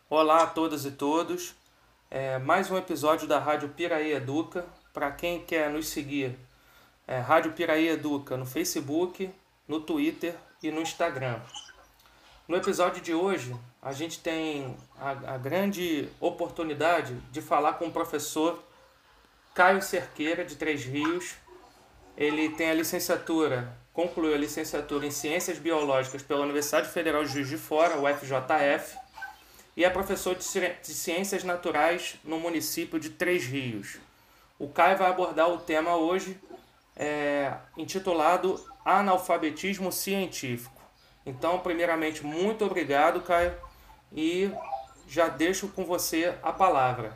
Olá a todas e todos. Mais um episódio da Rádio Piraí Educa. Para quem quer nos seguir, Rádio Piraí Educa no Facebook, no Twitter e no Instagram. No episódio de hoje, a gente tem a grande oportunidade de falar com o professor Caio Cerqueira, de Três Rios. Ele tem concluiu a licenciatura em Ciências Biológicas pela Universidade Federal de Juiz de Fora, UFJF, e é professor de Ciências Naturais no município de Três Rios. O Caio vai abordar o tema hoje intitulado Analfabetismo Científico. Então, primeiramente, muito obrigado, Caio, e já deixo com você a palavra.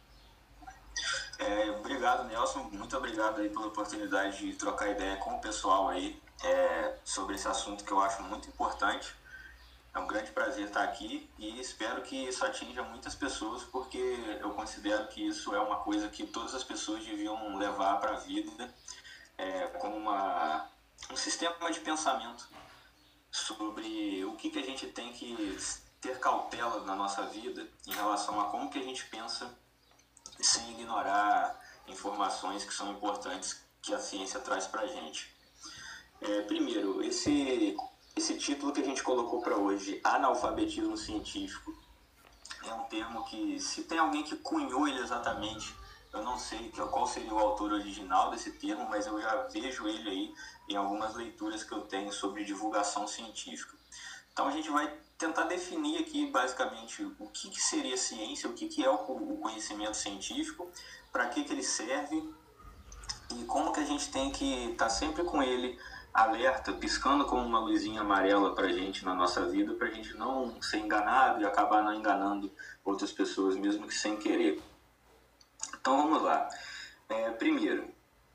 Obrigado, Nelson. Muito obrigado aí pela oportunidade de trocar ideia com o pessoal aí sobre esse assunto que eu acho muito importante. É um grande prazer estar aqui e espero que isso atinja muitas pessoas, porque eu considero que isso é uma coisa que todas as pessoas deviam levar para a vida como um sistema de pensamento sobre o que a gente tem que ter cautela na nossa vida em relação a como que a gente pensa sem ignorar informações que são importantes que a ciência traz para a gente. Primeiro, esse título que a gente colocou para hoje, analfabetismo científico, é um termo que, se tem alguém que cunhou ele exatamente, eu não sei qual seria o autor original desse termo, mas eu já vejo ele aí em algumas leituras que eu tenho sobre divulgação científica. Então a gente vai tentar definir aqui basicamente o que seria ciência, o que é o conhecimento científico, para que ele serve e como que a gente tem que estar sempre com ele alerta, piscando como uma luzinha amarela para a gente na nossa vida, para a gente não ser enganado e acabar não enganando outras pessoas, mesmo que sem querer. Então vamos lá. Primeiro,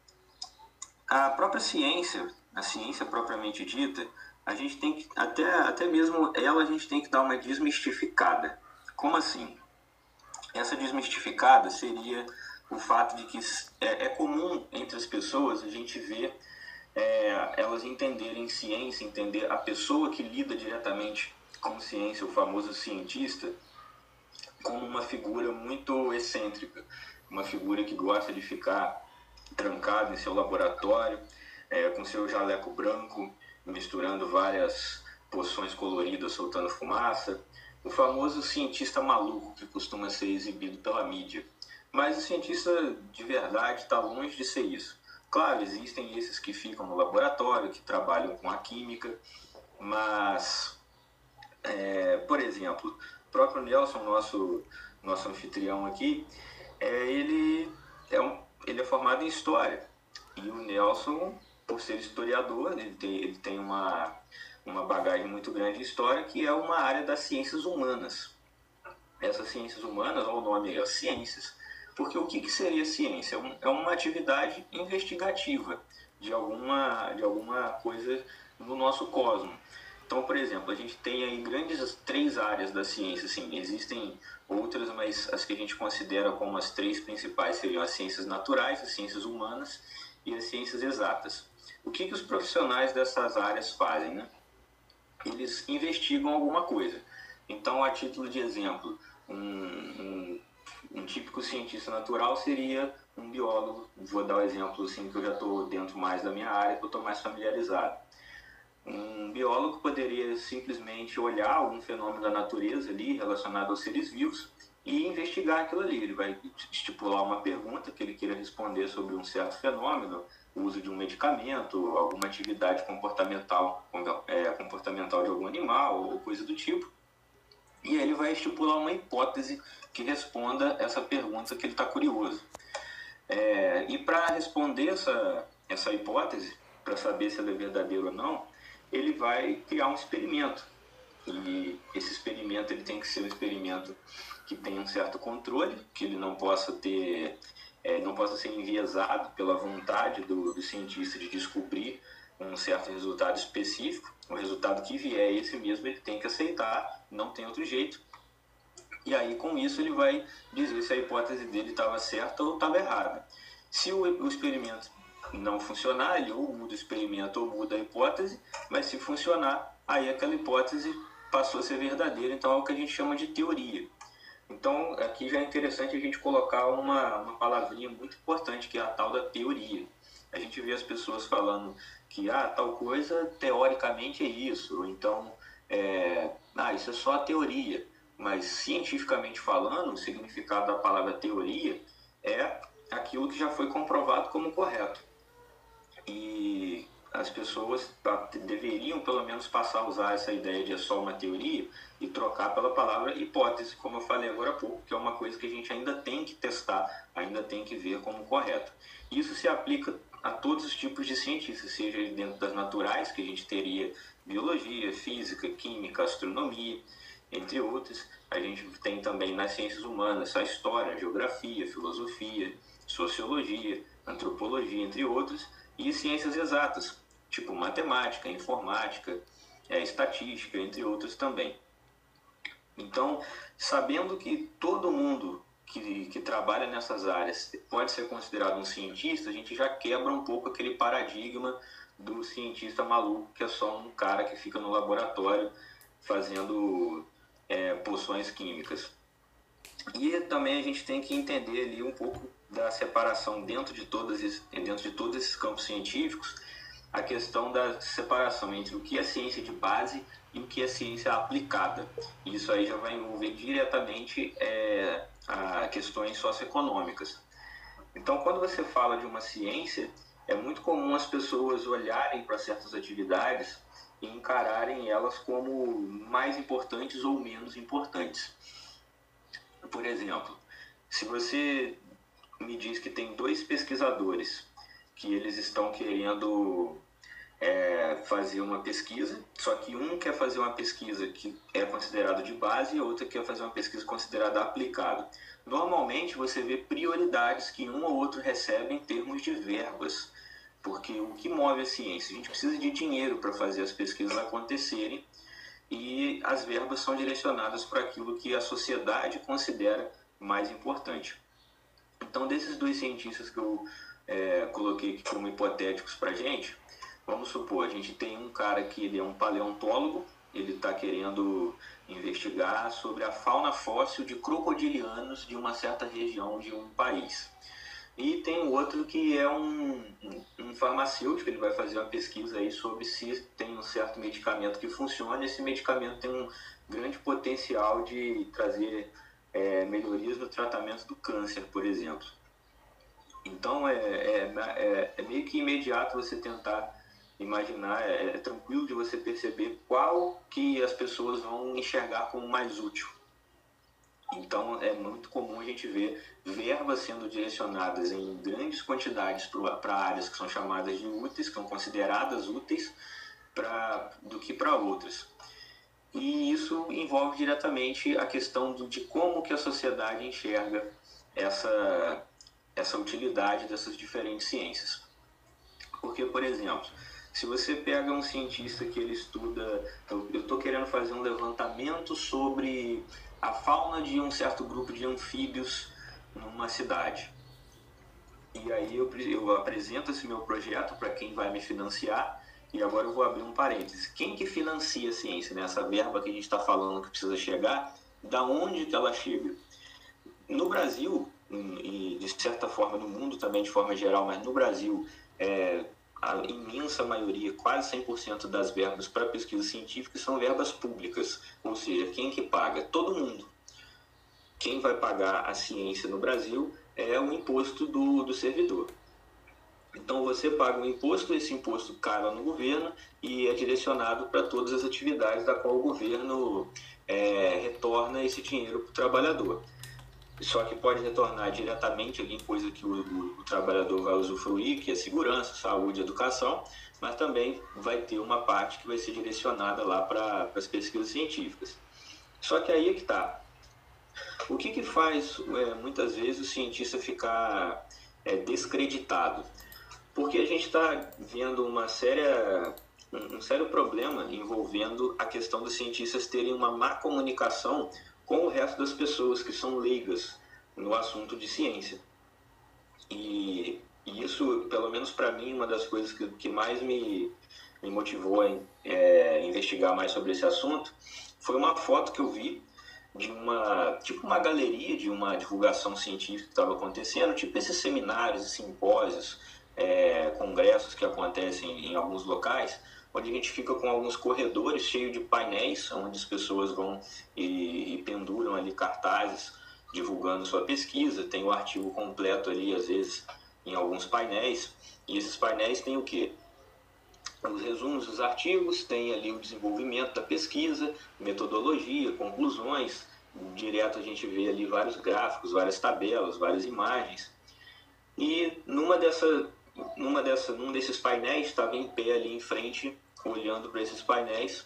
a própria ciência, a ciência propriamente dita, a gente tem que, até mesmo ela, a gente tem que dar uma desmistificada. Como assim? Essa desmistificada seria o fato de que é comum entre as pessoas a gente ver elas entenderem ciência, entender a pessoa que lida diretamente com ciência, o famoso cientista, como uma figura muito excêntrica, uma figura que gosta de ficar trancado em seu laboratório, com seu jaleco branco, misturando várias poções coloridas, soltando fumaça, o famoso cientista maluco que costuma ser exibido pela mídia. Mas o cientista de verdade está longe de ser isso. Claro, existem esses que ficam no laboratório, que trabalham com a química, mas, por exemplo, o próprio Nelson, nosso anfitrião aqui, ele é formado em História. E o Nelson, por ser historiador, ele tem uma bagagem muito grande em História, que é uma área das ciências humanas. Essas ciências humanas, olha o nome, as ciências. Porque o que seria ciência? É uma atividade investigativa de alguma coisa no nosso cosmos. Então, por exemplo, a gente tem aí grandes três áreas da ciência. Assim, existem outras, mas as que a gente considera como as três principais seriam as ciências naturais, as ciências humanas e as ciências exatas. O que os profissionais dessas áreas fazem, né? Eles investigam alguma coisa. Então, a título de exemplo, um típico cientista natural seria um biólogo. Vou dar um exemplo assim, que eu já estou dentro mais da minha área, que eu estou mais familiarizado. Um biólogo poderia simplesmente olhar algum fenômeno da natureza ali relacionado aos seres vivos e investigar aquilo ali. Ele vai estipular uma pergunta que ele queira responder sobre um certo fenômeno, o uso de um medicamento, alguma atividade comportamental de algum animal ou coisa do tipo. E ele vai estipular uma hipótese que responda essa pergunta que ele está curioso. E para responder essa hipótese, para saber se ela é verdadeira ou não, ele vai criar um experimento. E esse experimento ele tem que ser um experimento que tenha um certo controle, que ele não possa ser enviesado pela vontade do cientista de descobrir um certo resultado específico. O resultado que vier esse mesmo ele tem que aceitar, não tem outro jeito. E aí com isso ele vai dizer se a hipótese dele estava certa ou estava errada. Se o experimento não funcionar, ele ou muda o experimento ou muda a hipótese, mas se funcionar, aí aquela hipótese passou a ser verdadeira, então é o que a gente chama de teoria. Então, aqui já é interessante a gente colocar uma palavrinha muito importante, que é a tal da teoria. A gente vê as pessoas falando que tal coisa teoricamente é isso, ou então isso é só a teoria. Mas cientificamente falando, o significado da palavra teoria é aquilo que já foi comprovado como correto. E as pessoas deveriam pelo menos passar a usar essa ideia de é só uma teoria e trocar pela palavra hipótese, como eu falei agora há pouco, que é uma coisa que a gente ainda tem que testar, ainda tem que ver como correto. Isso se aplica a todos os tipos de cientistas, seja dentro das naturais, que a gente teria biologia, física, química, astronomia, entre outros. A gente tem também nas ciências humanas a história, a geografia, filosofia, sociologia, antropologia, entre outros, e ciências exatas, tipo matemática, informática, estatística, entre outros também. Então, sabendo que todo mundo que trabalha nessas áreas pode ser considerado um cientista, a gente já quebra um pouco aquele paradigma do cientista maluco, que é só um cara que fica no laboratório fazendo poções químicas. E também a gente tem que entender ali um pouco da separação dentro de todos esses campos científicos, a questão da separação entre o que é ciência de base e o que é ciência aplicada. Isso aí já vai envolver diretamente a questões socioeconômicas. Então, quando você fala de uma ciência, é muito comum as pessoas olharem para certas atividades e encararem elas como mais importantes ou menos importantes. Por exemplo, se você me diz que tem 2 pesquisadores que eles estão querendo fazer uma pesquisa, só que um quer fazer uma pesquisa que é considerada de base e outro quer fazer uma pesquisa considerada aplicada. Normalmente você vê prioridades que um ou outro recebe em termos de verbas, porque o que move a ciência? A gente precisa de dinheiro para fazer as pesquisas acontecerem, e as verbas são direcionadas para aquilo que a sociedade considera mais importante. Então, desses 2 cientistas que eu coloquei aqui como hipotéticos para a gente, vamos supor, a gente tem um cara que ele é um paleontólogo, ele está querendo investigar sobre a fauna fóssil de crocodilianos de uma certa região de um país. E tem o outro que é um farmacêutico, ele vai fazer uma pesquisa aí sobre se tem um certo medicamento que funciona, e esse medicamento tem um grande potencial de trazer melhorias no tratamento do câncer, por exemplo. Então é meio que imediato você tentar imaginar, é tranquilo de você perceber qual que as pessoas vão enxergar como mais útil. Então, é muito comum a gente ver verbas sendo direcionadas em grandes quantidades para áreas que são chamadas de úteis, que são consideradas úteis, do que para outras. E isso envolve diretamente a questão de como que a sociedade enxerga essa utilidade dessas diferentes ciências. Porque, por exemplo, se você pega um cientista que ele estuda, eu estou querendo fazer um levantamento sobre a fauna de um certo grupo de anfíbios numa cidade. E aí eu apresento esse meu projeto para quem vai me financiar, e agora eu vou abrir um parênteses. Quem que financia a ciência, né? Essa verba que a gente está falando que precisa chegar, da onde que ela chega? No Brasil, e de certa forma no mundo também de forma geral, mas no Brasil, a imensa maioria, quase 100% das verbas para pesquisa científica são verbas públicas, ou seja, quem que paga? Todo mundo. Quem vai pagar a ciência no Brasil é o imposto do servidor. Então você paga um imposto, esse imposto cai lá no governo e é direcionado para todas as atividades da qual o governo retorna esse dinheiro para o trabalhador. Só que pode retornar diretamente ali em coisa que o trabalhador vai usufruir, que é segurança, saúde, educação, mas também vai ter uma parte que vai ser direcionada lá para as pesquisas científicas. Só que aí é que está. O que faz, muitas vezes, o cientista ficar descreditado? Porque a gente está vendo um sério problema envolvendo a questão dos cientistas terem uma má comunicação com o resto das pessoas que são leigas no assunto de ciência. E isso, pelo menos para mim, uma das coisas que mais me motivou a investigar mais sobre esse assunto foi uma foto que eu vi tipo uma galeria de uma divulgação científica que estava acontecendo, tipo esses seminários, simpósios, congressos que acontecem em alguns locais, onde a gente fica com alguns corredores cheios de painéis, onde as pessoas vão e penduram ali cartazes divulgando sua pesquisa, tem o artigo completo ali, às vezes, em alguns painéis, e esses painéis têm o quê? Os resumos dos artigos, tem ali o desenvolvimento da pesquisa, metodologia, conclusões, direto a gente vê ali vários gráficos, várias tabelas, várias imagens, e num desses painéis estava em pé ali em frente, olhando para esses painéis,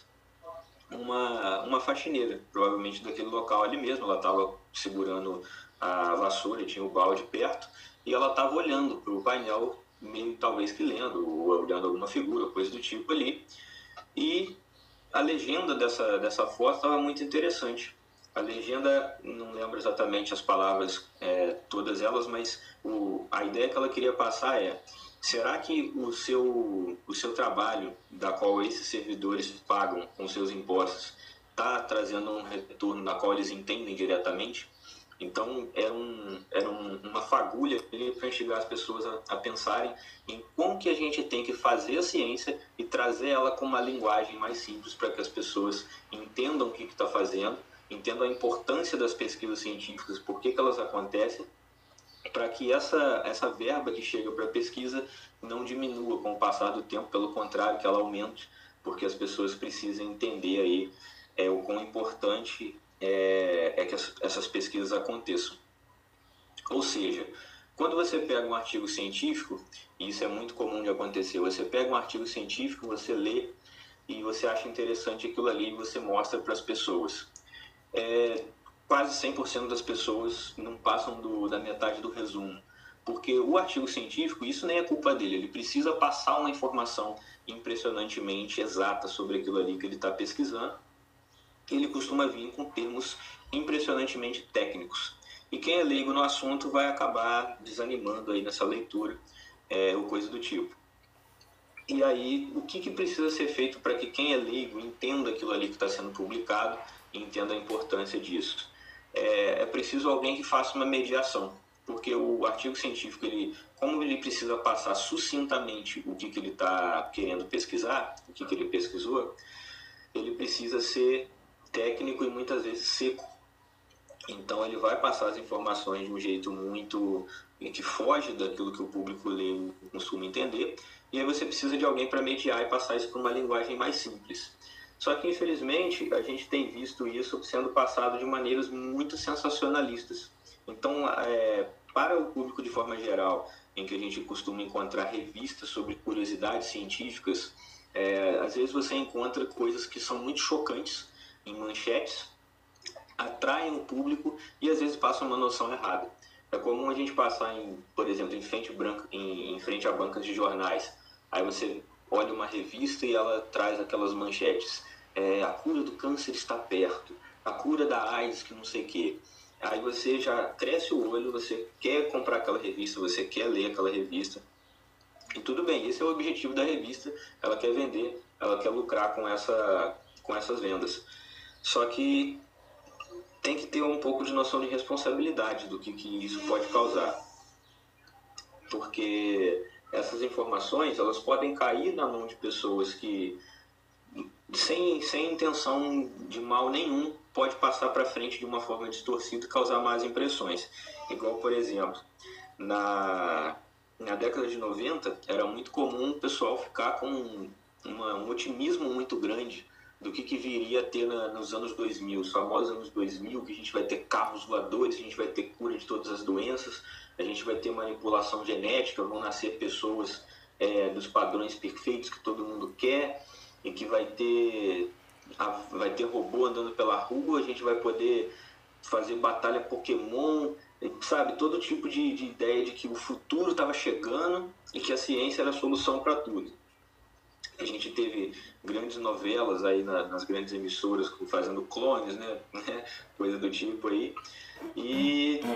uma faxineira, provavelmente daquele local ali mesmo. Ela estava segurando a vassoura e tinha o balde perto, e ela estava olhando para o painel, meio talvez que lendo, ou olhando alguma figura, coisa do tipo ali. E a legenda dessa foto estava muito interessante. A legenda, não lembro exatamente as palavras, todas elas, mas a ideia que ela queria passar é: será que o seu trabalho, da qual esses servidores pagam com seus impostos, está trazendo um retorno na qual eles entendem diretamente? Então, era uma fagulha para instigar as pessoas a pensarem em como que a gente tem que fazer a ciência e trazer ela com uma linguagem mais simples para que as pessoas entendam o que está fazendo, entendam a importância das pesquisas científicas, por que elas acontecem, para que essa verba que chega para a pesquisa não diminua com o passar do tempo, pelo contrário, que ela aumente, porque as pessoas precisam entender aí o quão importante é que essas pesquisas aconteçam. Ou seja, quando você pega um artigo científico, e isso é muito comum de acontecer, você pega um artigo científico, você lê e você acha interessante aquilo ali e você mostra para as pessoas. Quase 100% das pessoas não passam da metade do resumo, porque o artigo científico, isso nem é culpa dele, ele precisa passar uma informação impressionantemente exata sobre aquilo ali que ele está pesquisando. Ele costuma vir com termos impressionantemente técnicos, e quem é leigo no assunto vai acabar desanimando aí nessa leitura, ou coisa do tipo. E aí, o que precisa ser feito para que quem é leigo entenda aquilo ali que está sendo publicado e entenda a importância disso? É preciso alguém que faça uma mediação, porque o artigo científico, como ele precisa passar sucintamente o que ele está querendo pesquisar, o que ele pesquisou, ele precisa ser técnico e muitas vezes seco. Então ele vai passar as informações de um jeito muito que foge daquilo que o público leigo costuma entender, e aí você precisa de alguém para mediar e passar isso para uma linguagem mais simples. Só que, infelizmente, a gente tem visto isso sendo passado de maneiras muito sensacionalistas. Então, para o público de forma geral, em que a gente costuma encontrar revistas sobre curiosidades científicas, às vezes você encontra coisas que são muito chocantes em manchetes, atraem o público e às vezes passam uma noção errada. É comum a gente passar, por exemplo, em frente a bancas de jornais. Aí você olha uma revista e ela traz aquelas manchetes: a cura do câncer está perto, a cura da AIDS, que não sei o quê. Aí você já cresce o olho, você quer comprar aquela revista, você quer ler aquela revista. E tudo bem, esse é o objetivo da revista, ela quer vender, ela quer lucrar com essas vendas. Só que tem que ter um pouco de noção de responsabilidade do que isso pode causar. Porque essas informações, elas podem cair na mão de pessoas que, sem intenção de mal nenhum, pode passar para frente de uma forma distorcida e causar más impressões. Igual, por exemplo, na década de 90, era muito comum o pessoal ficar com um otimismo muito grande do que viria a ter nos anos 2000, os famosos anos 2000, que a gente vai ter carros voadores, a gente vai ter cura de todas as doenças, a gente vai ter manipulação genética, vão nascer pessoas dos padrões perfeitos que todo mundo quer, e que vai ter robô andando pela rua, a gente vai poder fazer batalha Pokémon, sabe? Todo tipo de ideia de que o futuro estava chegando e que a ciência era a solução para tudo. A gente teve grandes novelas aí nas grandes emissoras fazendo clones, né? Coisa do tipo aí. E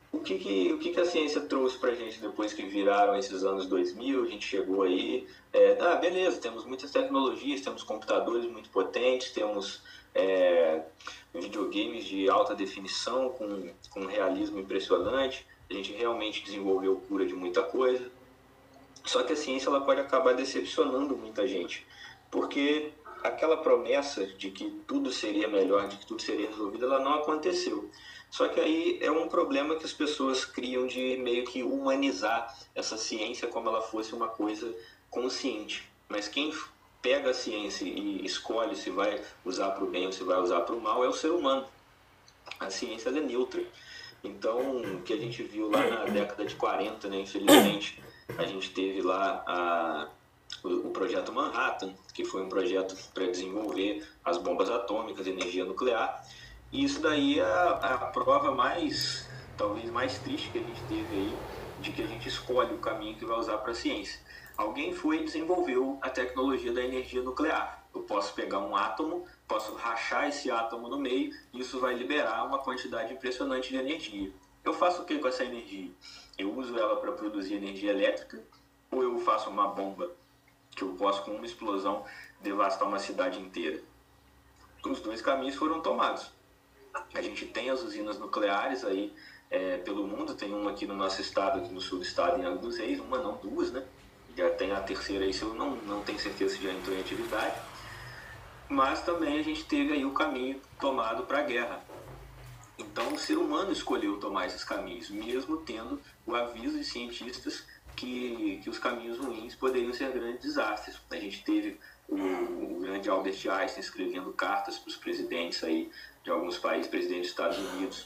o que a ciência trouxe para a gente depois que viraram esses anos 2000, a gente chegou aí, beleza, temos muitas tecnologias, temos computadores muito potentes, temos videogames de alta definição com um realismo impressionante, a gente realmente desenvolveu cura de muita coisa, só que a ciência ela pode acabar decepcionando muita gente, porque aquela promessa de que tudo seria melhor, de que tudo seria resolvido, ela não aconteceu. Só que aí é um problema que as pessoas criam de meio que humanizar essa ciência como ela fosse uma coisa consciente. Mas quem pega a ciência e escolhe se vai usar para o bem ou se vai usar para o mal é o ser humano. A ciência ela é neutra. Então, o que a gente viu lá na década de 40, né, infelizmente, a gente teve lá o projeto Manhattan, que foi um projeto para desenvolver as bombas atômicas, energia nuclear. E isso daí é a prova talvez mais triste que a gente teve aí, de que a gente escolhe o caminho que vai usar para a ciência. Alguém foi e desenvolveu a tecnologia da energia nuclear. Eu posso pegar um átomo, posso rachar esse átomo no meio, e isso vai liberar uma quantidade impressionante de energia. Eu faço o que com essa energia? Eu uso ela para produzir energia elétrica, ou eu faço uma bomba que eu posso, com uma explosão, devastar uma cidade inteira? Os dois caminhos foram tomados. A gente tem as usinas nucleares aí pelo mundo, tem uma aqui no nosso estado, aqui no sul do estado, em Angra dos Reis, uma não, duas, né? Já tem a terceira aí, se eu não tenho certeza se já entrou em atividade. Mas também a gente teve aí o caminho tomado para a guerra. Então o ser humano escolheu tomar esses caminhos, mesmo tendo o aviso de cientistas que os caminhos ruins poderiam ser grandes desastres. A gente teve o grande Albert Einstein escrevendo cartas para os presidentes aí de alguns países, presidente dos Estados Unidos,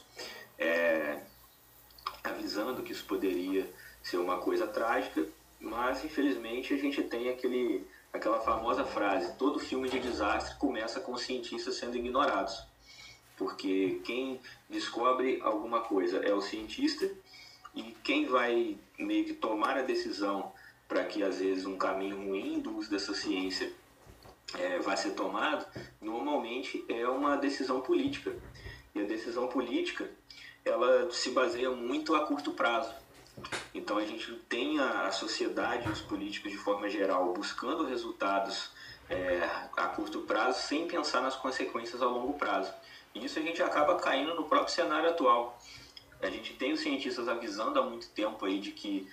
avisando que isso poderia ser uma coisa trágica, mas infelizmente a gente tem aquela famosa frase: todo filme de desastre começa com os cientistas sendo ignorados, porque quem descobre alguma coisa é o cientista, e quem vai meio que tomar a decisão para que às vezes um caminho ruim do uso dessa ciência vai ser tomado, normalmente é uma decisão política. E a decisão política, ela se baseia muito a curto prazo. Então a gente tem a sociedade e os políticos de forma geral buscando resultados a curto prazo sem pensar nas consequências a longo prazo. E isso a gente acaba caindo no próprio cenário atual. A gente tem os cientistas avisando há muito tempo aí de que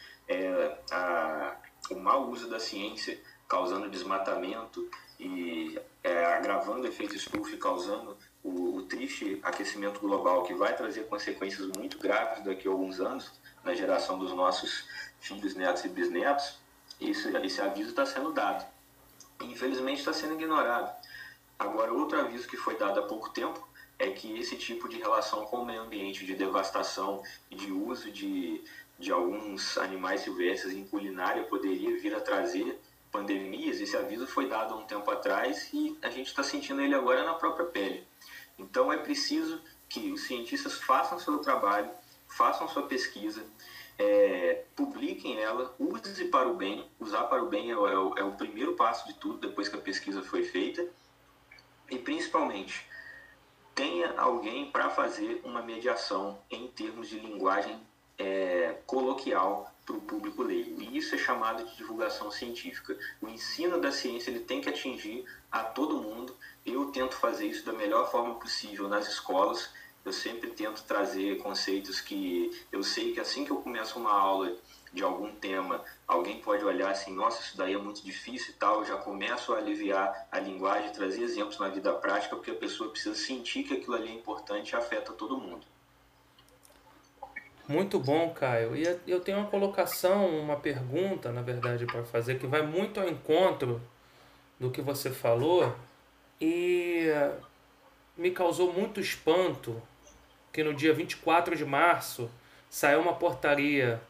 o mau uso da ciência causando desmatamento e agravando o efeito estufa e causando o triste aquecimento global, que vai trazer consequências muito graves daqui a alguns anos na geração dos nossos filhos, netos e bisnetos. Esse aviso está sendo dado. Infelizmente está sendo ignorado. Agora, outro aviso que foi dado há pouco tempo é que esse tipo de relação com o meio ambiente, de devastação e de uso de alguns animais silvestres em culinária poderia vir a trazer pandemias. Esse aviso foi dado há um tempo atrás e a gente está sentindo ele agora na própria pele. Então é preciso que os cientistas façam seu trabalho, façam sua pesquisa, publiquem ela, use para o bem. Usar para o bem é o primeiro passo de tudo, depois que a pesquisa foi feita. E principalmente, tenha alguém para fazer uma mediação em termos de linguagem coloquial para o público leigo. E isso é chamado de divulgação científica. O ensino da ciência ele tem que atingir a todo mundo. Eu tento fazer isso da melhor forma possível nas escolas. Eu sempre tento trazer conceitos que eu sei que assim que eu começo uma aula de algum tema, alguém pode olhar assim: nossa, isso daí é muito difícil e tal. Eu já começo a aliviar a linguagem, trazer exemplos na vida prática, porque a pessoa precisa sentir que aquilo ali é importante e afeta todo mundo. Muito bom, Caio. E eu tenho uma pergunta, na verdade, para fazer, que vai muito ao encontro do que você falou e me causou muito espanto que no dia 24 de março saiu uma portaria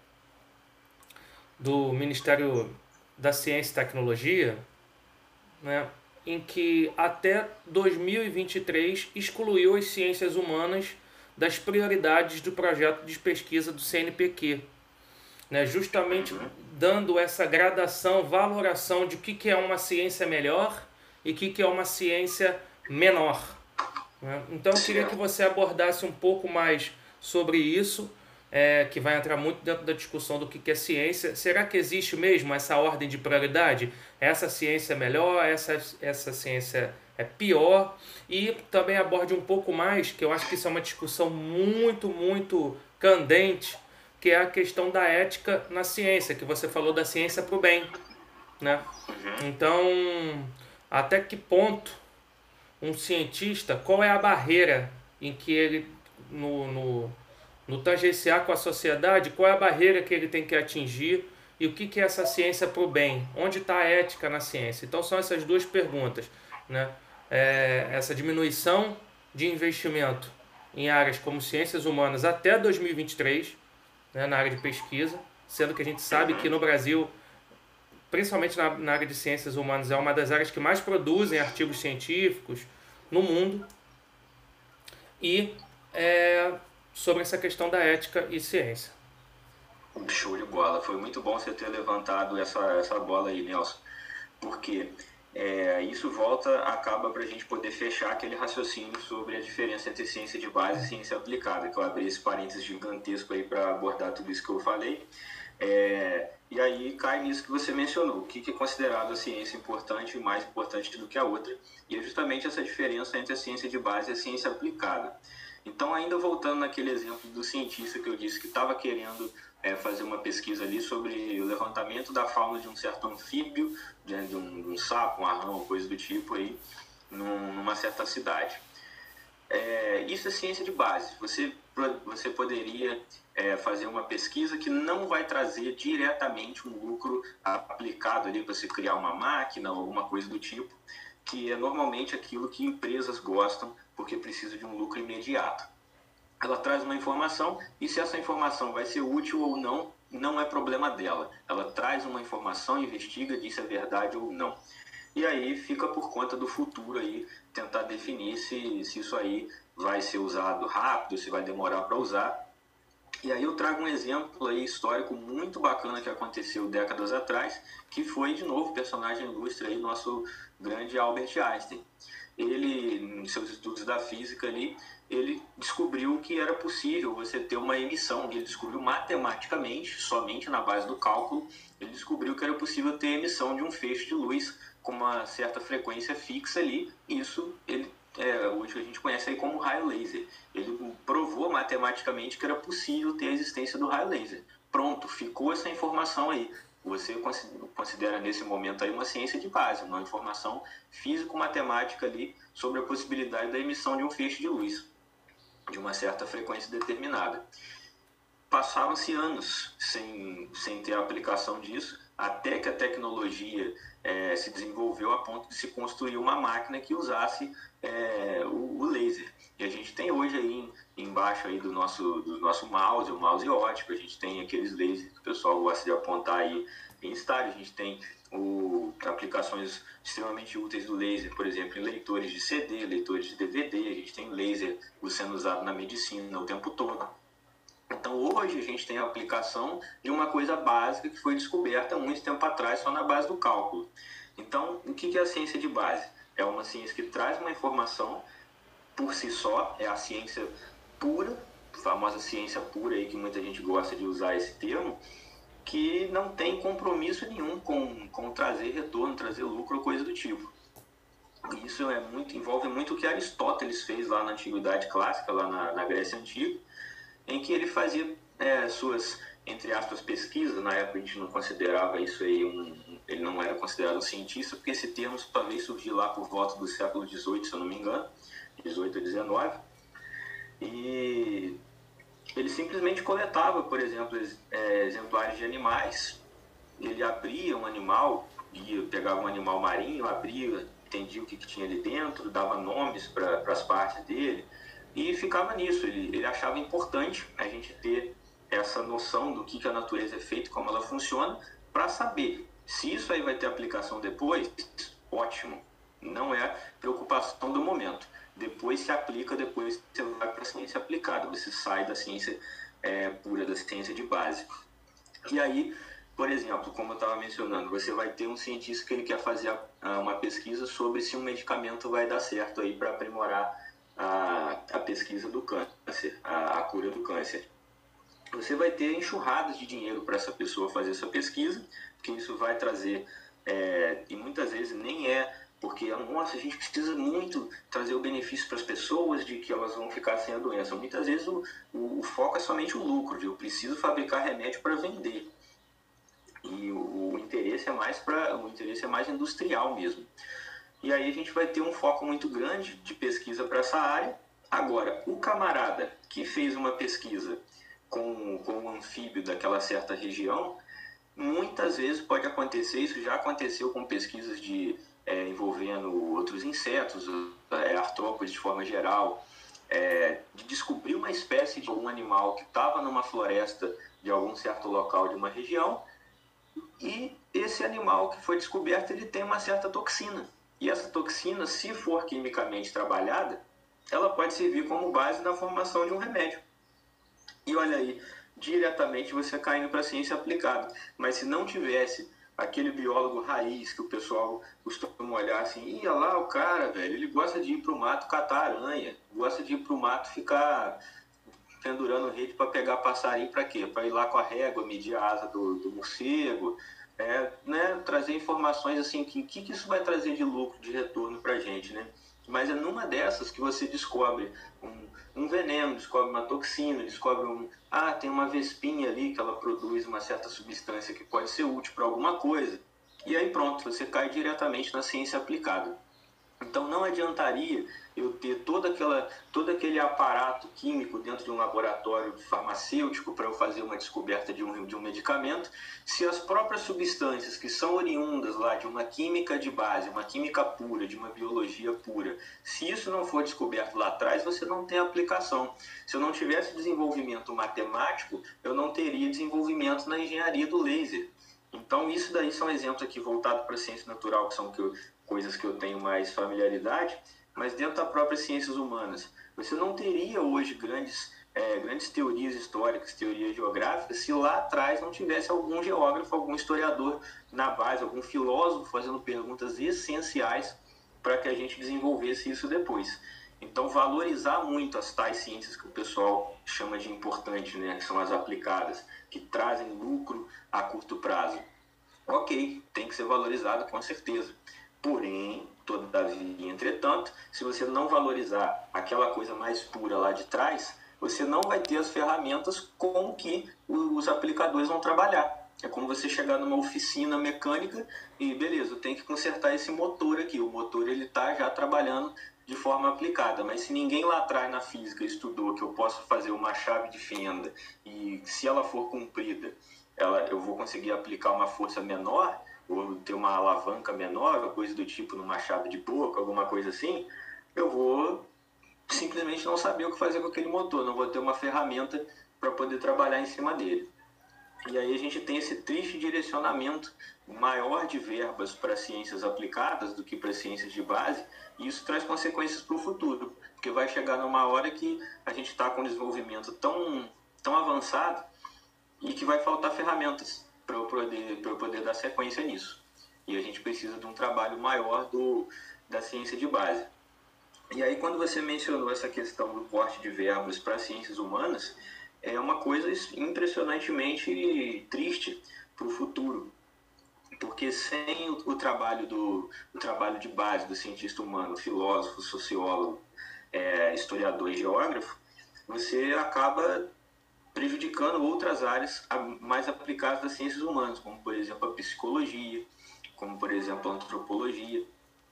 do Ministério da Ciência e Tecnologia, né, em que até 2023 excluiu as ciências humanas das prioridades do projeto de pesquisa do CNPq, né, justamente dando essa gradação, valoração de o que é uma ciência melhor e o que é uma ciência menor, né? Então eu queria que você abordasse um pouco mais sobre isso, que vai entrar muito dentro da discussão do que é ciência. Será que existe mesmo essa ordem de prioridade? Essa ciência é melhor, essa ciência é pior? E também aborde um pouco mais, que eu acho que isso é uma discussão muito, muito candente, que é a questão da ética na ciência, que você falou da ciência para o bem, né? Então, até que ponto um cientista, qual é a barreira em que ele, no tangenciar com a sociedade, qual é a barreira que ele tem que atingir e o que é essa ciência para o bem? Onde está a ética na ciência? Então são essas duas perguntas, né? Essa diminuição de investimento em áreas como ciências humanas até 2023, né, na área de pesquisa, sendo que a gente sabe que no Brasil, principalmente na área de ciências humanas, é uma das áreas que mais produzem artigos científicos no mundo, e sobre essa questão da ética e ciência. Show de bola. Foi muito bom você ter levantado essa bola aí, Nelson, porque isso acaba para a gente poder fechar aquele raciocínio sobre a diferença entre ciência de base e ciência aplicada, que eu abri esse parênteses gigantesco aí para abordar tudo isso que eu falei. E aí cai nisso que você mencionou, o que é considerado a ciência importante e mais importante do que a outra, e é justamente essa diferença entre a ciência de base e a ciência aplicada. Então, ainda voltando naquele exemplo do cientista que eu disse que estava querendo fazer uma pesquisa ali sobre o levantamento da fauna de um certo anfíbio, de um sapo, um arrão, coisa do tipo aí, numa certa cidade. Isso é ciência de base. Você poderia fazer uma pesquisa que não vai trazer diretamente um lucro aplicado ali para você criar uma máquina ou alguma coisa do tipo, que é normalmente aquilo que empresas gostam porque precisa de um lucro imediato. Ela traz uma informação e se essa informação vai ser útil ou não, não é problema dela. Ela traz uma informação, investiga, diz se é verdade ou não. E aí fica por conta do futuro aí tentar definir se isso aí vai ser usado rápido, se vai demorar para usar. E aí eu trago um exemplo aí histórico muito bacana que aconteceu décadas atrás, que foi, de novo, personagem ilustre aí, nosso grande Albert Einstein. Ele, em seus estudos da física ali, ele descobriu que era possível você ter uma emissão. Ele descobriu matematicamente, somente na base do cálculo, ele descobriu que era possível ter emissão de um feixe de luz com uma certa frequência fixa ali. Isso hoje a gente conhece aí como raio laser. Ele provou matematicamente que era possível ter a existência do raio laser. Pronto, ficou essa informação aí. Você considera nesse momento aí uma ciência de base, uma informação físico-matemática ali sobre a possibilidade da emissão de um feixe de luz de uma certa frequência determinada. Passaram-se anos sem ter a aplicação disso, até que a tecnologia se desenvolveu a ponto de se construir uma máquina que usasse o laser. E a gente tem hoje aí embaixo aí do nosso mouse, o mouse ótico, a gente tem aqueles lasers que o pessoal gosta de apontar aí em estádio, a gente tem aplicações extremamente úteis do laser, por exemplo, em leitores de CD, leitores de DVD, a gente tem laser sendo usado na medicina o tempo todo. Então hoje a gente tem a aplicação de uma coisa básica que foi descoberta há muito tempo atrás só na base do cálculo. Então, o que é a ciência de base? É uma ciência que traz uma informação por si só, é a ciência pura, a famosa ciência pura aí que muita gente gosta de usar esse termo, que não tem compromisso nenhum com trazer retorno, trazer lucro ou coisa do tipo. Isso envolve muito o que Aristóteles fez lá na Antiguidade Clássica, lá na Grécia Antiga, em que ele fazia suas, entre aspas, pesquisas. Na época a gente não considerava isso aí, ele não era considerado um cientista, porque esse termo talvez surgiu lá por volta do século XVIII, se eu não me engano, 18 a 19, e ele simplesmente coletava, por exemplo, exemplares de animais. Ele abria um animal, pegava um animal marinho, abria, entendia o que tinha ali dentro, dava nomes para as partes dele, e ficava nisso. Ele achava importante a gente ter essa noção do que a natureza é feita, como ela funciona, para saber se isso aí vai ter aplicação depois. Ótimo, não é preocupação do momento. Depois se aplica, depois você vai para a ciência aplicada, você sai da ciência pura, da ciência de base. E aí, por exemplo, como eu estava mencionando, você vai ter um cientista que ele quer fazer uma pesquisa sobre se um medicamento vai dar certo aí para aprimorar a pesquisa do câncer, a cura do câncer. você vai ter enxurradas de dinheiro para essa pessoa fazer essa pesquisa, porque isso vai trazer, e muitas vezes nem é porque, nossa, a gente precisa muito trazer o benefício para as pessoas de que elas vão ficar sem a doença. Muitas vezes o foco é somente o lucro, de eu preciso fabricar remédio para vender. E o interesse é mais industrial mesmo. E aí a gente vai ter um foco muito grande de pesquisa para essa área. Agora, o camarada que fez uma pesquisa com um anfíbio daquela certa região, muitas vezes pode acontecer, isso já aconteceu com pesquisas envolvendo outros insetos, artrópodes de forma geral, de descobrir uma espécie de algum animal que estava numa floresta de algum certo local de uma região, e esse animal que foi descoberto, ele tem uma certa toxina. E essa toxina, se for quimicamente trabalhada, ela pode servir como base na formação de um remédio. E olha aí, diretamente você caindo para a ciência aplicada. Mas se não tivesse aquele biólogo raiz que o pessoal costuma olhar assim, ia lá o cara, velho, ele gosta de ir para o mato catar aranha, gosta de ir para o mato ficar pendurando rede para pegar passarinho para quê? Para ir lá com a régua, medir a asa do morcego, né? Trazer informações assim, que isso vai trazer de lucro, de retorno para a gente, né? Mas é numa dessas que você descobre um veneno, descobre uma toxina, descobre tem uma vespinha ali que ela produz uma certa substância que pode ser útil para alguma coisa. E aí pronto, você cai diretamente na ciência aplicada. Então não adiantaria eu ter todo aquele aparato químico dentro de um laboratório farmacêutico para eu fazer uma descoberta de um medicamento, se as próprias substâncias que são oriundas lá de uma química de base, uma química pura, de uma biologia pura, se isso não for descoberto lá atrás, você não tem aplicação. Se eu não tivesse desenvolvimento matemático, eu não teria desenvolvimento na engenharia do laser. Então isso daí são exemplos aqui voltados para a ciência natural, que são coisas que eu tenho mais familiaridade, mas dentro das próprias ciências humanas. Você não teria hoje grandes teorias históricas, teorias geográficas, se lá atrás não tivesse algum geógrafo, algum historiador na base, algum filósofo fazendo perguntas essenciais para que a gente desenvolvesse isso depois. Então, valorizar muito as tais ciências que o pessoal chama de importantes, né, que são as aplicadas, que trazem lucro a curto prazo. Ok, tem que ser valorizado com certeza. Porém, todavia, entretanto, se você não valorizar aquela coisa mais pura lá de trás, você não vai ter as ferramentas com que os aplicadores vão trabalhar. É como você chegar numa oficina mecânica e, beleza, eu tenho que consertar esse motor aqui. O motor ele está já trabalhando de forma aplicada, mas se ninguém lá atrás na física estudou que eu posso fazer uma chave de fenda e se ela for comprida, eu vou conseguir aplicar uma força menor, ou ter uma alavanca menor, ou coisa do tipo numa chave de boca, alguma coisa assim, eu vou simplesmente não saber o que fazer com aquele motor, não vou ter uma ferramenta para poder trabalhar em cima dele. E aí a gente tem esse triste direcionamento maior de verbas para ciências aplicadas do que para ciências de base, e isso traz consequências para o futuro, porque vai chegar numa hora que a gente está com um desenvolvimento tão avançado e que vai faltar ferramentas para eu poder dar sequência nisso. E a gente precisa de um trabalho maior da ciência de base. E aí, quando você mencionou essa questão do corte de verbas para ciências humanas, é uma coisa impressionantemente triste para o futuro, porque sem o trabalho de base do cientista humano, filósofo, sociólogo, historiador e geógrafo, você acaba prejudicando outras áreas mais aplicadas das ciências humanas, como, por exemplo, a psicologia, como, por exemplo, a antropologia.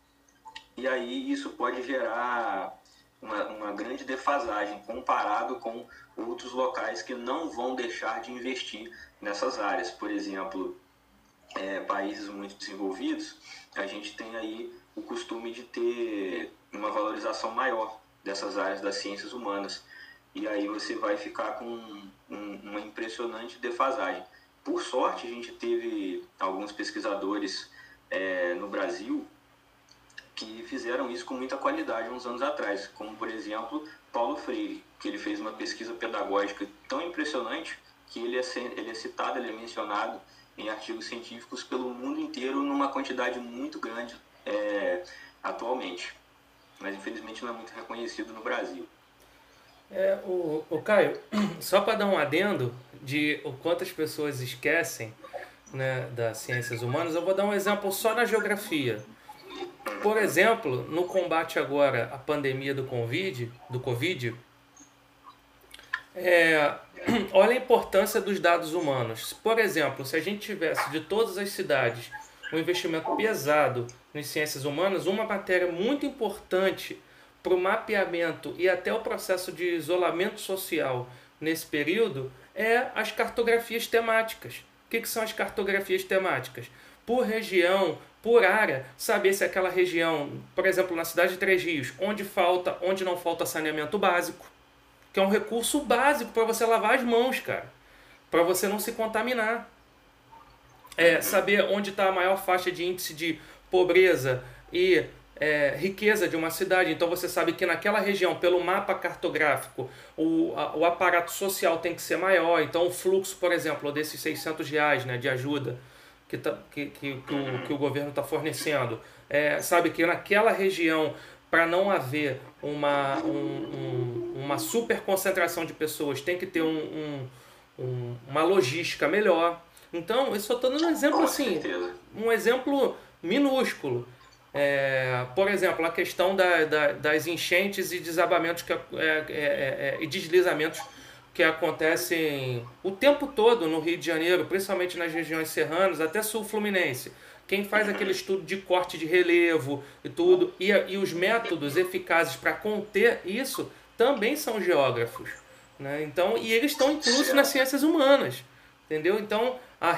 E aí isso pode gerar uma grande defasagem comparado com outros locais que não vão deixar de investir nessas áreas. Por exemplo, países muito desenvolvidos, a gente tem aí o costume de ter uma valorização maior dessas áreas das ciências humanas. E aí você vai ficar com uma impressionante defasagem. Por sorte, a gente teve alguns pesquisadores no Brasil que fizeram isso com muita qualidade uns anos atrás, como, por exemplo, Paulo Freire, que ele fez uma pesquisa pedagógica tão impressionante que ele é citado, ele é mencionado em artigos científicos pelo mundo inteiro numa quantidade muito grande atualmente. Mas, infelizmente, não é muito reconhecido no Brasil. O Caio, só para dar um adendo de o quanto as pessoas esquecem, né, das ciências humanas, eu vou dar um exemplo só na geografia. Por exemplo, no combate agora à pandemia do Covid, olha a importância dos dados humanos. Por exemplo, se a gente tivesse de todas as cidades um investimento pesado em ciências humanas, uma matéria muito importante para o mapeamento e até o processo de isolamento social nesse período é as cartografias temáticas. O que são as cartografias temáticas? Por região, por área, saber se aquela região, por exemplo, na cidade de Três Rios, onde não falta saneamento básico, que é um recurso básico para você lavar as mãos, cara, para você não se contaminar. Saber onde está a maior faixa de índice de pobreza e riqueza de uma cidade. Então você sabe que naquela região, pelo mapa cartográfico, o aparato social tem que ser maior. Então o fluxo, por exemplo, desses R$ 600, né, de ajuda que o governo está fornecendo, sabe que naquela região, para não haver uma super concentração de pessoas, tem que ter uma logística melhor. Então, eu só estou dando um exemplo assim, um exemplo minúsculo. Por exemplo, a questão das enchentes e desabamentos e deslizamentos que acontecem o tempo todo no Rio de Janeiro, principalmente nas regiões serranas, até sul fluminense. Quem faz aquele estudo de corte de relevo e tudo, e os métodos eficazes para conter isso, também são geógrafos, né? Então, e eles estão inclusos nas ciências humanas, entendeu? Então,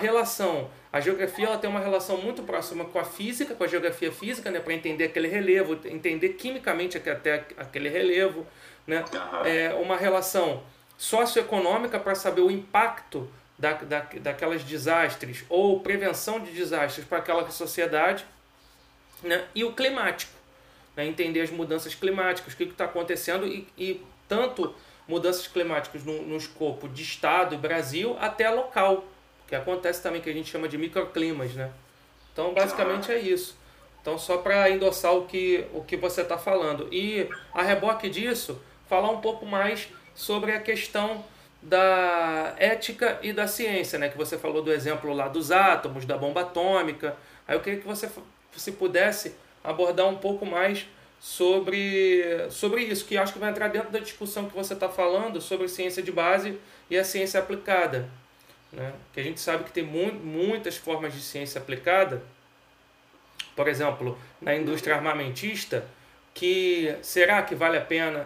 a geografia ela tem uma relação muito próxima com a física, com a geografia física, né, para entender aquele relevo, entender quimicamente até aquele relevo, né? Uma relação socioeconômica para saber o impacto daquelas desastres ou prevenção de desastres para aquela sociedade, né? E o climático, né? Entender as mudanças climáticas, o que está acontecendo e tanto mudanças climáticas no escopo de Estado e Brasil até local, que acontece também, que a gente chama de microclimas, né? Então, basicamente é isso. Então, só para endossar o que você está falando. E, a reboque disso, falar um pouco mais sobre a questão da ética e da ciência, né? Que você falou do exemplo lá dos átomos, da bomba atômica. Aí eu queria que você, se pudesse, abordar um pouco mais sobre isso, que acho que vai entrar dentro da discussão que você está falando sobre ciência de base e a ciência aplicada, né? Que a gente sabe que tem muitas formas de ciência aplicada, por exemplo, na indústria armamentista, que será que vale a pena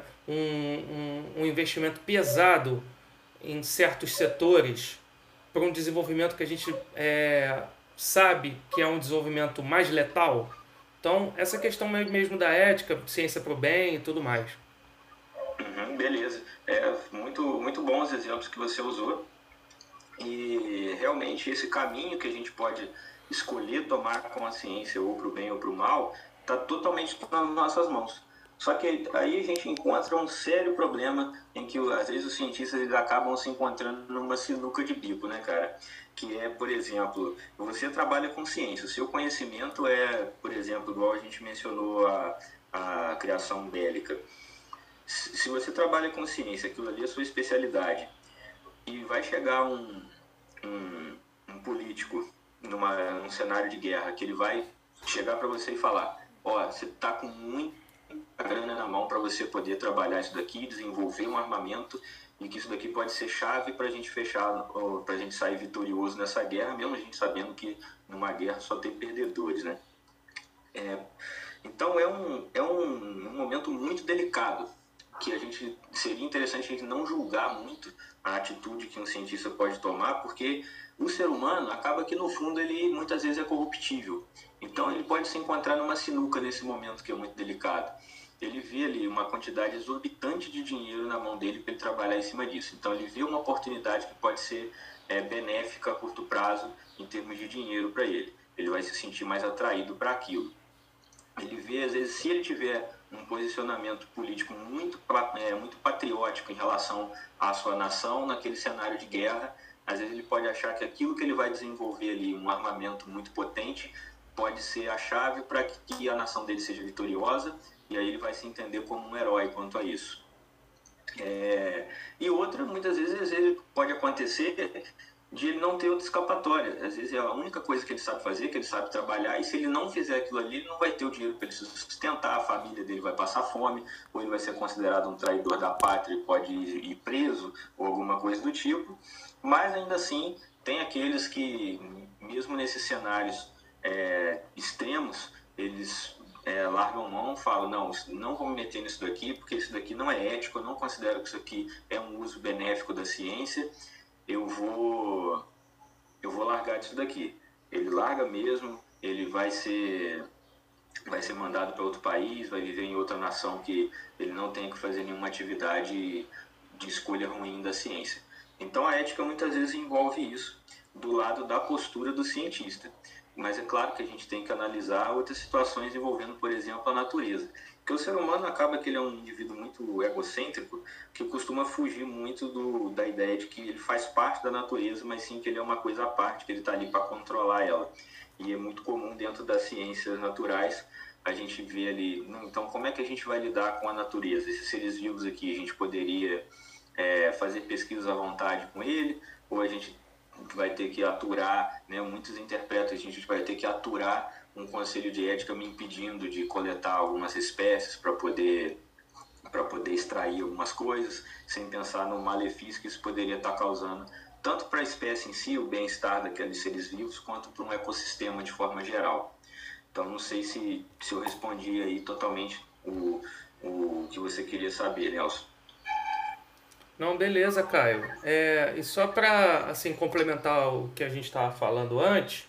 um investimento pesado em certos setores para um desenvolvimento que a gente sabe que é um desenvolvimento mais letal? Então, essa questão mesmo da ética, ciência para o bem e tudo mais. Beleza. Muito, muito bons exemplos que você usou. E realmente esse caminho que a gente pode escolher tomar com a ciência, ou para o bem ou para o mal, está totalmente nas nossas mãos. Só que aí a gente encontra um sério problema em que às vezes os cientistas eles acabam se encontrando numa sinuca de bico, né, cara? Que é, por exemplo, você trabalha com ciência, o seu conhecimento por exemplo, igual a gente mencionou a criação bélica. Se você trabalha com ciência, aquilo ali é a sua especialidade, e vai chegar um político num cenário de guerra, que ele vai chegar para você e falar: você está com muita grana na mão para você poder trabalhar isso daqui, desenvolver um armamento, e que isso daqui pode ser chave para a gente para a gente sair vitorioso nessa guerra, mesmo a gente sabendo que numa guerra só tem perdedores, né? Então é um momento muito delicado, que seria interessante a gente não julgar muito a atitude que um cientista pode tomar, porque o ser humano acaba que no fundo ele muitas vezes é corruptível. Então ele pode se encontrar numa sinuca nesse momento que é muito delicado. Ele vê ali uma quantidade exorbitante de dinheiro na mão dele para ele trabalhar em cima disso. Então ele vê uma oportunidade que pode ser benéfica a curto prazo em termos de dinheiro para ele. Ele vai se sentir mais atraído para aquilo. Ele vê, às vezes, se ele tiver um posicionamento político muito patriótico em relação à sua nação, naquele cenário de guerra, às vezes ele pode achar que aquilo que ele vai desenvolver ali, um armamento muito potente, pode ser a chave para que a nação dele seja vitoriosa, e aí ele vai se entender como um herói quanto a isso. E outra, muitas vezes ele pode acontecer de ele não ter outra escapatória. Às vezes é a única coisa que ele sabe fazer, que ele sabe trabalhar, e se ele não fizer aquilo ali, ele não vai ter o dinheiro para ele se sustentar, a família dele vai passar fome, ou ele vai ser considerado um traidor da pátria e pode ir preso, ou alguma coisa do tipo. Mas ainda assim, tem aqueles que, mesmo nesses cenários extremos, eles largam mão, falam, não vou me meter nisso daqui, porque isso daqui não é ético, eu não considero que isso aqui é um uso benéfico da ciência, eu vou largar disso daqui. Ele larga mesmo, ele vai ser mandado para outro país, vai viver em outra nação que ele não tem que fazer nenhuma atividade de escolha ruim da ciência. Então a ética muitas vezes envolve isso, do lado da postura do cientista. Mas é claro que a gente tem que analisar outras situações envolvendo, por exemplo, a natureza. Porque o ser humano acaba que ele é um indivíduo muito egocêntrico, que costuma fugir muito da ideia de que ele faz parte da natureza, mas sim que ele é uma coisa à parte, que ele está ali para controlar ela. E é muito comum dentro das ciências naturais a gente ver ali, então como é que a gente vai lidar com a natureza? Esses seres vivos aqui, a gente poderia fazer pesquisas à vontade com ele, ou a gente vai ter que aturar, né? Muitos interpretam, a gente vai ter que aturar um conselho de ética me impedindo de coletar algumas espécies para poder extrair algumas coisas, sem pensar no malefício que isso poderia estar causando, tanto para a espécie em si, o bem-estar daqueles seres vivos, quanto para um ecossistema de forma geral. Então, não sei se eu respondi aí totalmente o que você queria saber, Nelson. Não, beleza, Caio. E só para assim, complementar o que a gente estava falando antes,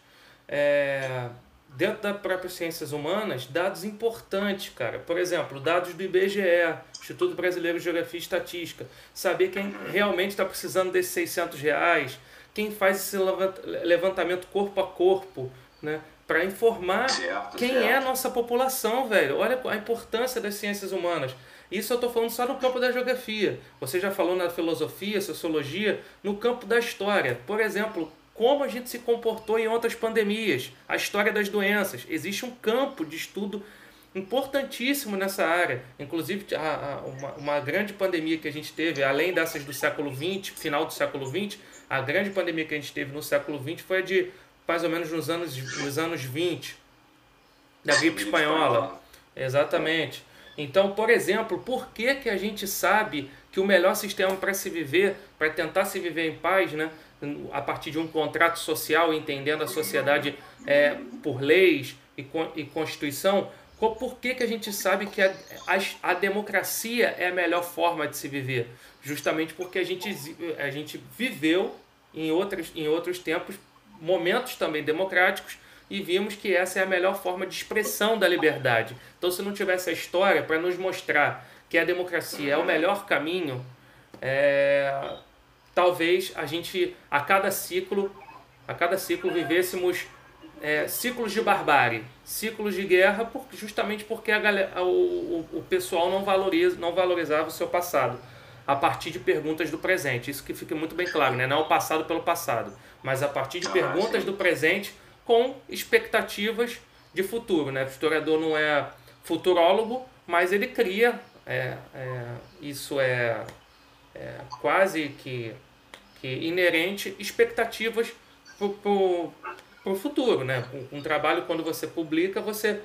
dentro das próprias ciências humanas, dados importantes, cara. Por exemplo, dados do IBGE, Instituto Brasileiro de Geografia e Estatística. Saber quem realmente está precisando desses R$600, quem faz esse levantamento corpo a corpo, né? Para informar quem é a nossa população, velho. Olha a importância das ciências humanas. Isso eu estou falando só no campo da geografia. Você já falou na filosofia, sociologia, no campo da história. Por exemplo, como a gente se comportou em outras pandemias, a história das doenças. Existe um campo de estudo importantíssimo nessa área. Inclusive, uma grande pandemia que a gente teve, além dessas do século XX, final do século XX, a grande pandemia que a gente teve no século XX foi a de mais ou menos nos anos 20, da gripe espanhola. Exatamente. Então, por exemplo, por que a gente sabe que o melhor sistema para se viver, para tentar se viver em paz, né, a partir de um contrato social, entendendo a sociedade por leis e Constituição, por que a gente sabe que a democracia é a melhor forma de se viver? Justamente porque a gente viveu em outros tempos momentos também democráticos, e vimos que essa é a melhor forma de expressão da liberdade. Então, se não tivesse a história para nos mostrar que a democracia é o melhor caminho, talvez a gente, a cada ciclo vivêssemos ciclos de barbárie, ciclos de guerra, justamente porque o pessoal não valorizava o seu passado, a partir de perguntas do presente. Isso que fica muito bem claro, né? Não é o passado pelo passado, mas a partir de perguntas do presente com expectativas de futuro, né? O historiador não é futurólogo, mas ele cria, isso é quase que inerente, expectativas para o futuro, né? Um trabalho, quando você publica, você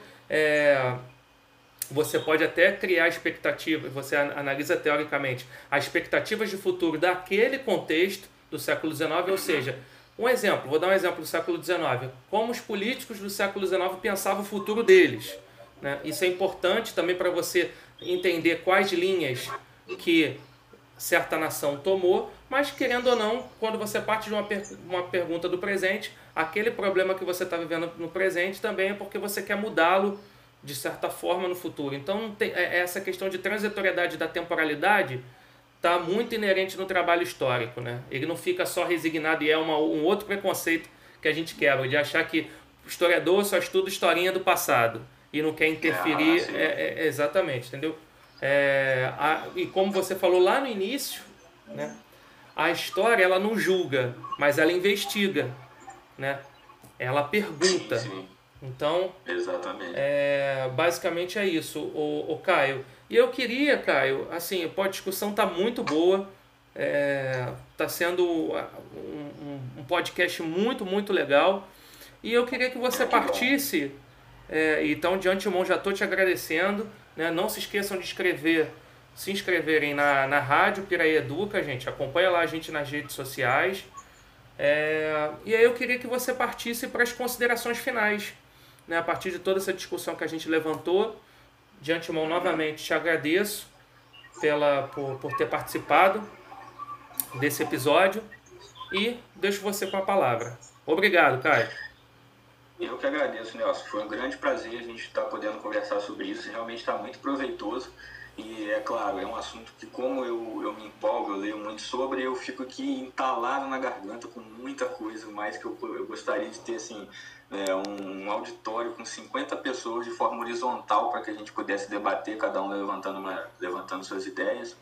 pode até criar expectativas, você analisa teoricamente as expectativas de futuro daquele contexto do século XIX, ou seja, vou dar um exemplo do século XIX, como os políticos do século XIX pensavam o futuro deles, né? Isso é importante também para você entender quais linhas que certa nação tomou, mas querendo ou não, quando você parte de uma pergunta do presente, aquele problema que você está vivendo no presente também é porque você quer mudá-lo de certa forma no futuro. Então essa questão de transitoriedade da temporalidade está muito inerente no trabalho histórico, né? Ele não fica só resignado, e é um outro preconceito que a gente quebra, de achar que o historiador só estuda historinha do passado e não quer interferir. Exatamente, entendeu? E como você falou lá no início, né? A história ela não julga, mas ela investiga, né? Ela pergunta. Sim. Então, Exatamente. basicamente é isso, o Caio. E eu queria, Caio, assim, pô, a discussão tá muito boa, tá sendo um podcast muito, muito legal. E eu queria que você Que bom. partisse, então de antemão já estou te agradecendo, né? Não se esqueçam de se inscreverem na Rádio Piraí Educa, gente. Acompanha lá a gente nas redes sociais. E aí eu queria que você partisse para as considerações finais, né? A partir de toda essa discussão que a gente levantou. De antemão, novamente, te agradeço por ter participado desse episódio e deixo você com a palavra. Obrigado, Caio. Eu que agradeço, Nelson. Foi um grande prazer a gente estar podendo conversar sobre isso. Realmente está muito proveitoso. E é claro, é um assunto que, como eu me empolgo, eu leio muito sobre, eu fico aqui entalado na garganta com muita coisa, mais que eu gostaria de ter assim, um auditório com 50 pessoas de forma horizontal para que a gente pudesse debater, cada um levantando suas ideias.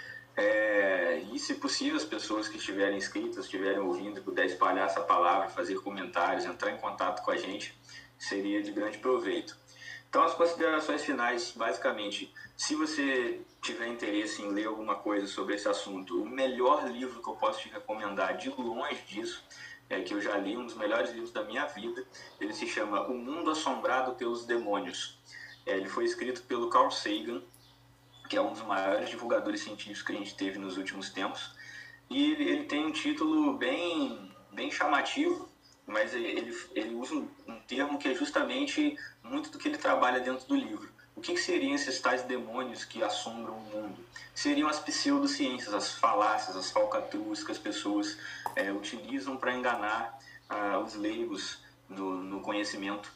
E, se possível, as pessoas que estiverem inscritas, estiverem ouvindo, puder espalhar essa palavra, fazer comentários, entrar em contato com a gente, seria de grande proveito. Então, as considerações finais, basicamente, se você tiver interesse em ler alguma coisa sobre esse assunto, o melhor livro que eu posso te recomendar, de longe disso, que eu já li, um dos melhores livros da minha vida, ele se chama O Mundo Assombrado pelos Demônios. Ele foi escrito pelo Carl Sagan, que é um dos maiores divulgadores científicos que a gente teve nos últimos tempos. E ele tem um título bem chamativo, mas ele usa um termo que é justamente muito do que ele trabalha dentro do livro. O que seriam esses tais demônios que assombram o mundo? Seriam as pseudociências, as falácias, as falcatruas que as pessoas utilizam para enganar os leigos no conhecimento.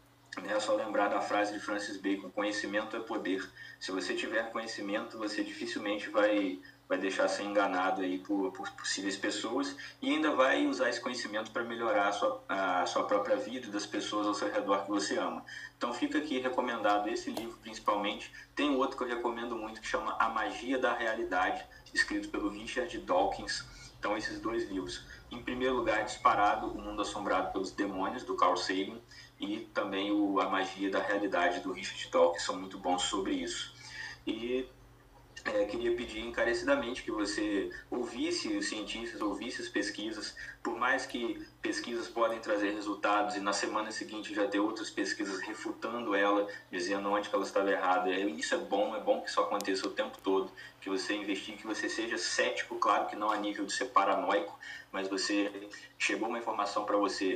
É só lembrar da frase de Francis Bacon: conhecimento é poder. Se você tiver conhecimento, você dificilmente vai deixar ser enganado aí por possíveis pessoas, e ainda vai usar esse conhecimento para melhorar a sua própria vida e das pessoas ao seu redor que você ama. Então fica aqui recomendado esse livro principalmente. Tem outro que eu recomendo muito que chama A Magia da Realidade, escrito pelo Richard Dawkins. Então esses dois livros. Em primeiro lugar, disparado, O Mundo Assombrado pelos Demônios, do Carl Sagan, e também A Magia da Realidade, do Richard Dawkins, são muito bons sobre isso. E queria pedir encarecidamente que você ouvisse os cientistas, ouvisse as pesquisas, por mais que pesquisas podem trazer resultados e na semana seguinte já ter outras pesquisas refutando ela, dizendo onde que ela estava errada. Isso é bom que isso aconteça o tempo todo, que você investigue, que você seja cético, claro que não a nível de ser paranoico, mas você chegou uma informação para você,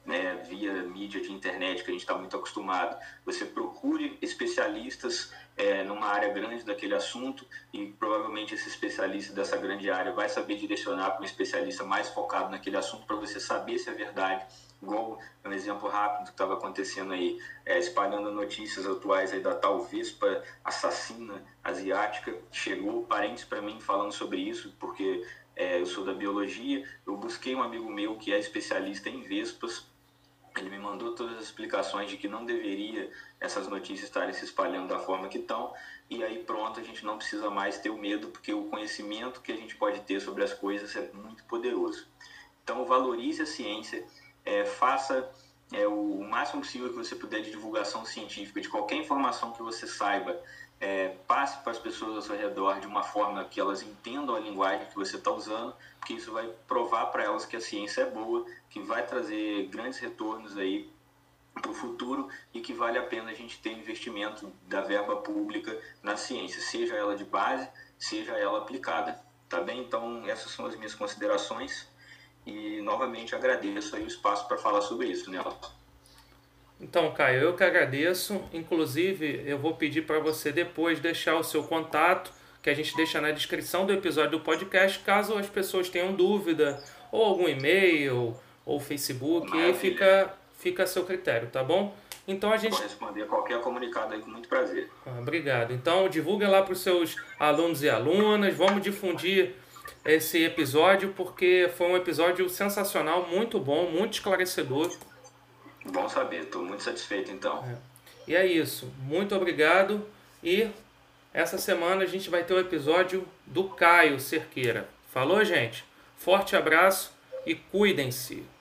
via mídia de internet, que a gente está muito acostumado, você procure especialistas numa área grande daquele assunto, e provavelmente esse especialista dessa grande área vai saber direcionar para um especialista mais focado naquele assunto, para você saber se é verdade. Igual um exemplo rápido que estava acontecendo aí, espalhando notícias atuais aí da tal vespa assassina asiática. Chegou parentes para mim falando sobre isso, porque eu sou da biologia. Eu busquei um amigo meu que é especialista em vespas. Ele me mandou todas as explicações de que não deveria essas notícias estarem se espalhando da forma que estão, e aí pronto, a gente não precisa mais ter o medo, porque o conhecimento que a gente pode ter sobre as coisas é muito poderoso. Então valorize a ciência, faça o máximo possível que você puder de divulgação científica, de qualquer informação que você saiba, passe para as pessoas ao seu redor de uma forma que elas entendam a linguagem que você está usando, porque isso vai provar para elas que a ciência é boa, que vai trazer grandes retornos aí para o futuro, e que vale a pena a gente ter investimento da verba pública na ciência, seja ela de base, seja ela aplicada. Tá bem? Então essas são as minhas considerações, e novamente agradeço aí o espaço para falar sobre isso, Nelson. Então, Caio, eu que agradeço. Inclusive, eu vou pedir para você depois deixar o seu contato, que a gente deixa na descrição do episódio do podcast, caso as pessoas tenham dúvida, ou algum e-mail, ou Facebook, e aí fica a seu critério, tá bom? Então a gente... Vou responder qualquer comunicado aí com muito prazer. Obrigado. Então divulga lá para os seus alunos e alunas, vamos difundir esse episódio, porque foi um episódio sensacional, muito bom, muito esclarecedor. Bom saber, estou muito satisfeito então. E é isso, muito obrigado, e essa semana a gente vai ter o episódio do Caio Cerqueira. Falou, gente? Forte abraço e cuidem-se!